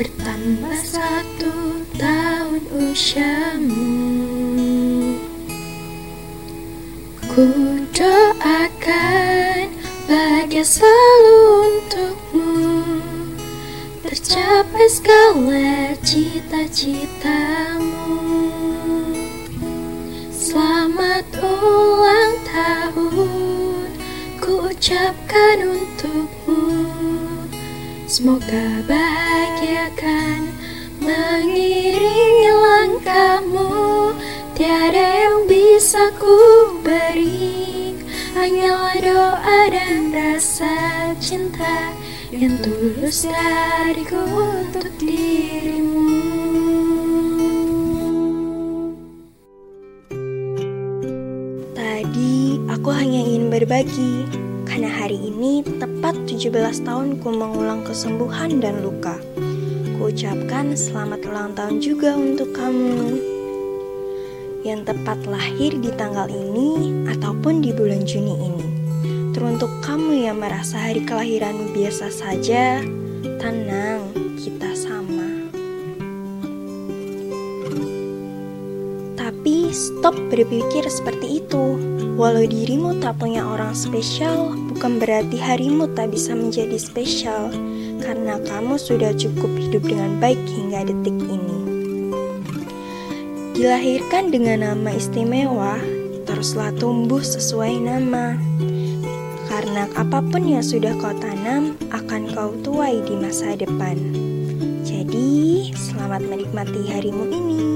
bertambah 1 tahun usiamu. Ku doakan bahagia selalu untukmu, tercapai segala cita-citamu. Selamat ulang tahun ku ucapkan untukmu. Semoga bahagia akan mengiringi langkahmu. Tiada yang bisa ku beri, hanyalah doa dan rasa cinta yang tulus dariku untuk dirimu. Tadi aku hanya ingin berbagi, karena hari ini tepat 17 tahunku mengulang kesembuhan dan luka. Ku ucapkan selamat ulang tahun juga untuk kamu, yang tepat lahir di tanggal ini ataupun di bulan Juni ini. Teruntuk kamu yang merasa hari kelahiranmu biasa saja, tenang, kita sama. Tapi stop berpikir seperti itu. Walau dirimu tak punya orang spesial, bukan berarti harimu tak bisa menjadi spesial, karena kamu sudah cukup hidup dengan baik hingga detik ini. Dilahirkan dengan nama istimewa, teruslah tumbuh sesuai nama. Karena apapun yang sudah kau tanam, akan kau tuai di masa depan. Jadi, selamat menikmati harimu ini.